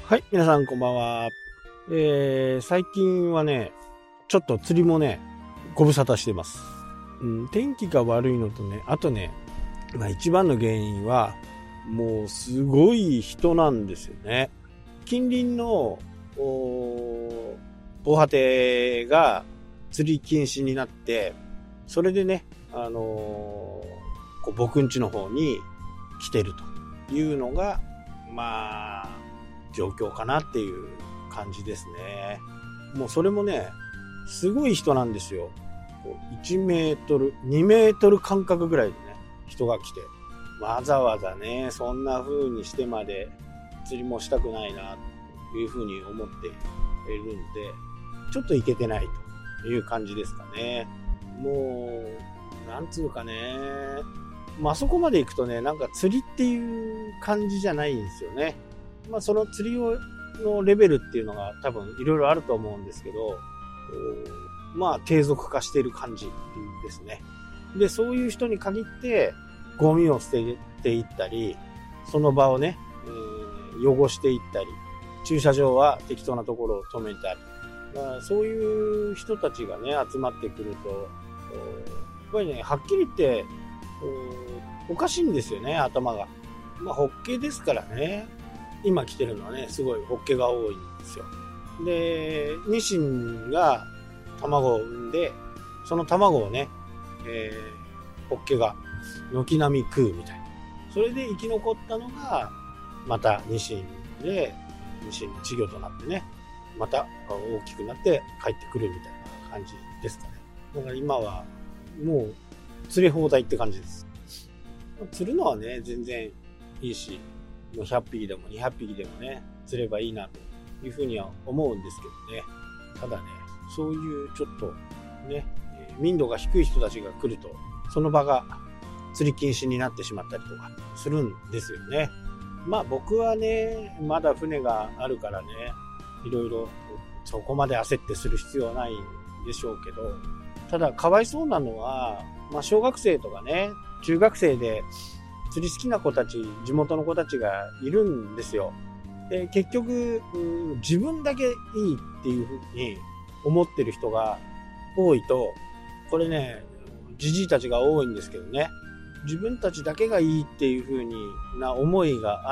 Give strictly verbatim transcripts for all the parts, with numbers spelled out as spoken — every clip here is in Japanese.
はい、皆さんこんばんは。えー、最近はね、ちょっと釣りもね、ご無沙汰してます。うん、天気が悪いのとね、あとね、まあ一番の原因は、もうすごい人なんですよね。近隣の、お防波堤が釣り禁止になって、それでね、あのー、こう僕ん家の方に来てるというのが、まあ、状況かなっていう感じですね。もうそれもね、すごい人なんですよ。いちメートル、にメートル間隔ぐらいでね、人が来て、わざわざね、そんな風にしてまで釣りもしたくないなという風に思っているんで、ちょっといけてないという感じですかね。もう、なんつうかね、まあそこまで行くとね、なんか釣りっていう感じじゃないんですよね。まあその釣りのレベルっていうのが多分いろいろあると思うんですけど、まあ継続化している感じですね。で、そういう人に限ってゴミを捨てていったり、その場をね、えー、汚していったり、駐車場は適当なところを止めたり、まあ、そういう人たちがね、集まってくると、やっぱりね、はっきり言って、おかしいんですよね、頭が。まあ、ホッケですからね。今来てるのはね、すごいホッケが多いんですよ。で、ニシンが卵を産んで、その卵をね、えー、ホッケが軒並み食うみたいな。それで生き残ったのが、またニシンで、ニシンの稚魚となってね、また大きくなって帰ってくるみたいな感じですかね。だから今は、もう釣れ放題って感じです。釣るのはね、全然いいし、もうひゃっぴきでもにひゃっぴきでもね、釣ればいいなというふうには思うんですけどね。ただね、そういうちょっとね、民度が低い人たちが来ると、その場が釣り禁止になってしまったりとかするんですよね。まあ僕はね、まだ船があるからね、いろいろそこまで焦ってする必要はないんでしょうけど、ただかわいそうなのは、まあ小学生とかね、中学生で釣り好きな子たち、地元の子たちがいるんですよ。で、結局、自分だけいいっていうふうに思ってる人が多いと、これね、じじいたちが多いんですけどね、自分たちだけがいいっていうふうにな思いがあって、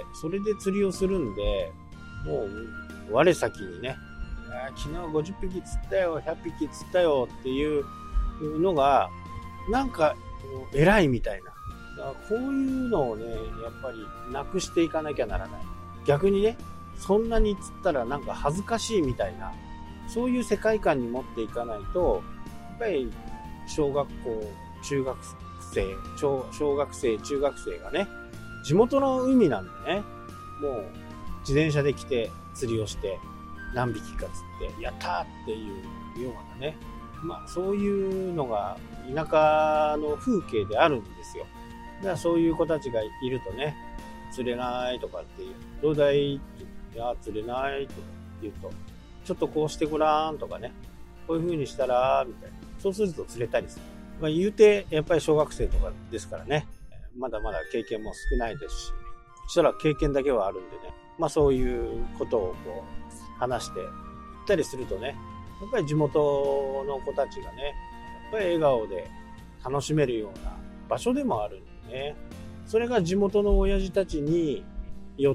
それで釣りをするんで、もう我先にね、昨日ごじゅっぴき釣ったよ、ひゃっぴき釣ったよっていうのが、なんか偉いみたいな。こういうのをね、やっぱりなくしていかなきゃならない。逆にね、そんなに釣ったらなんか恥ずかしいみたいな、そういう世界観に持っていかないと、やっぱり小学校、中学生、小、小学生、中学生がね、地元の海なんでね、もう自転車で来て釣りをして何匹か釣ってやったーっていうようなね、まあそういうのが田舎の風景であるんですよ。だからそういう子たちがいるとね、釣れないとかっていう、どうだいって言って、いや、釣れないとか言うと、ちょっとこうしてごらんとかね、こういう風にしたら、みたいな。そうすると釣れたりする。まあ言うて、やっぱり小学生とかですからね、まだまだ経験も少ないですし、そしたら経験だけはあるんでね、まあそういうことをこう、話して、言ったりするとね、やっぱり地元の子たちがね、やっぱり笑顔で楽しめるような場所でもあるんでね。それが地元の親父たちによって、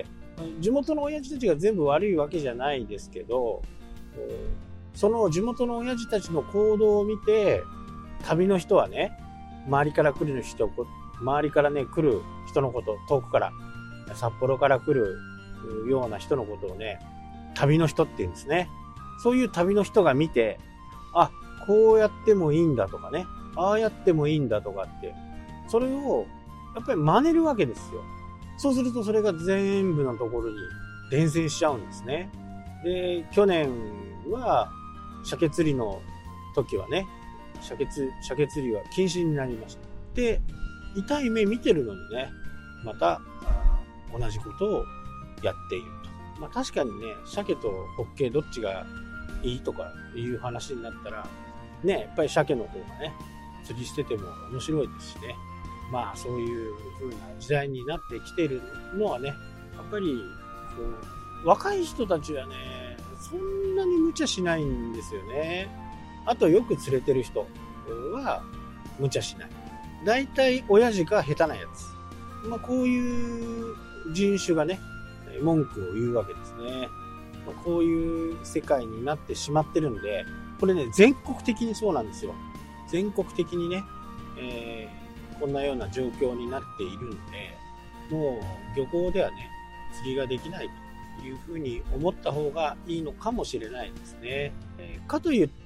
地元の親父たちが全部悪いわけじゃないですけど、その地元の親父たちの行動を見て、旅の人はね、周りから来る人、周りからね、来る人のこと、遠くから、札幌から来るような人のことをね、旅の人って言うんですね。そういう旅の人が見て、あ、こうやってもいいんだとかね、ああやってもいいんだとかって、それをやっぱり真似るわけですよ。そうするとそれが全部のところに伝染しちゃうんですね。で、去年は鮭釣りの時はね、鮭釣、鮭釣りは禁止になりました。で、痛い目見てるのにね、また同じことをやっていると。まあ確かにね、鮭とホッケどっちがいいとかいう話になったら、ね、やっぱり鮭の方がね、釣りしてても面白いですしね。まあそういう風な時代になってきているのはね、やっぱり若い人たちはね、そんなに無茶しないんですよね。あとよく連れてる人は無茶しない。だいたい親父か下手なやつ。まあこういう人種がね、文句を言うわけですね。まあ、こういう世界になってしまってるんで、これね、全国的にそうなんですよ。全国的にね、えー、こんなような状況になっているんで、もう漁港ではね、釣りができないというふうに思った方がいいのかもしれないですね。えー、かといって、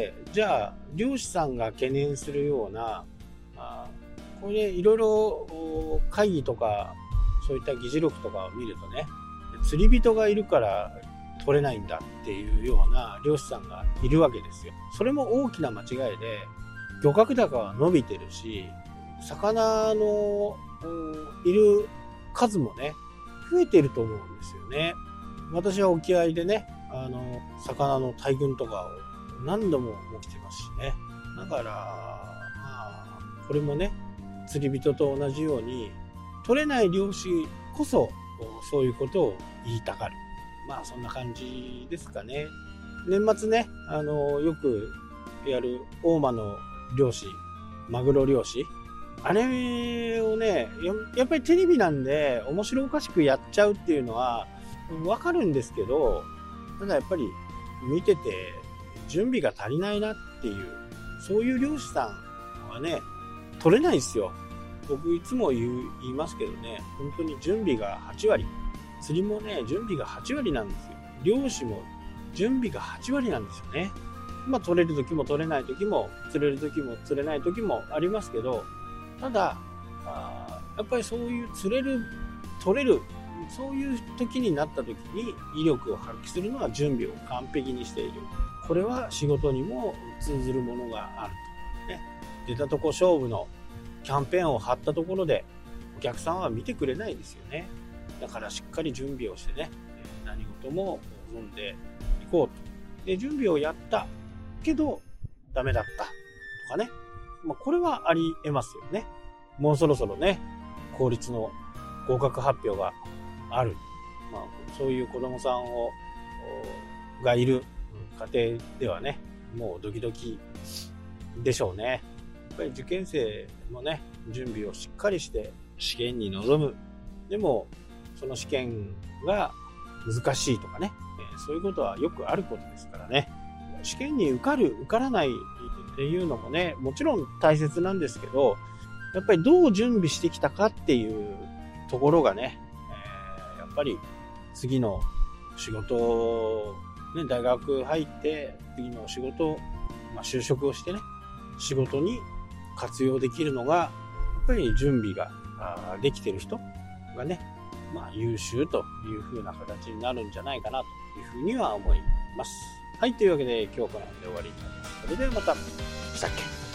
じゃあ漁師さんが懸念するような、あこれいろいろ会議とかそういった議事録とかを見るとね、釣り人がいるから取れないんだっていうような漁師さんがいるわけですよ。それも大きな間違いで、漁獲高は伸びてるし、魚のいる数もね、増えてると思うんですよね。私は沖合でね、あの魚の大群とかを何度も起きてますしね。だから、まあ、これもね、釣り人と同じように、取れない漁師こそそういうことを言いたがる。まあそんな感じですかね。年末ね、あのよくやる大間の漁師、マグロ漁師、あれをね、やっぱりテレビなんで面白おかしくやっちゃうっていうのはわかるんですけど、ただやっぱり見てて準備が足りないなっていう、そういう漁師さんはね、取れないですよ。僕いつも言う言いますけどね、本当に準備がはちわり、釣りもね準備がはちわりなんですよ。漁師も準備がはちわりなんですよね。まあ取れる時も取れない時も、釣れる時も釣れない時もありますけど、ただあやっぱりそういう釣れる取れるそういう時になった時に威力を発揮するのは準備を完璧にしている。これは仕事にも通ずるものがあると、ね、出たとこ勝負のキャンペーンを張ったところでお客さんは見てくれないですよね。だからしっかり準備をしてね、何事も望んでいこうと。で、準備をやったけどダメだったとかね、まあ、これはありえますよね。もうそろそろね、公立の合格発表がある、まあ、そういう子供さんをがいる家庭ではね、もうドキドキでしょうね。やっぱり受験生もね、準備をしっかりして試験に臨む。でもその試験が難しいとかね、そういうことはよくあることですからね。試験に受かる受からないっていうのもね、もちろん大切なんですけど、やっぱりどう準備してきたかっていうところがね、えー、やっぱり次の仕事、ね、大学入って次の仕事、まあ、就職をしてね、仕事に活用できるのがやっぱり準備ができてる人がね、まあ、優秀という風な形になるんじゃないかなというふうには思います。はい、というわけで今日はこの辺で終わりになります。それではまた。したっけ。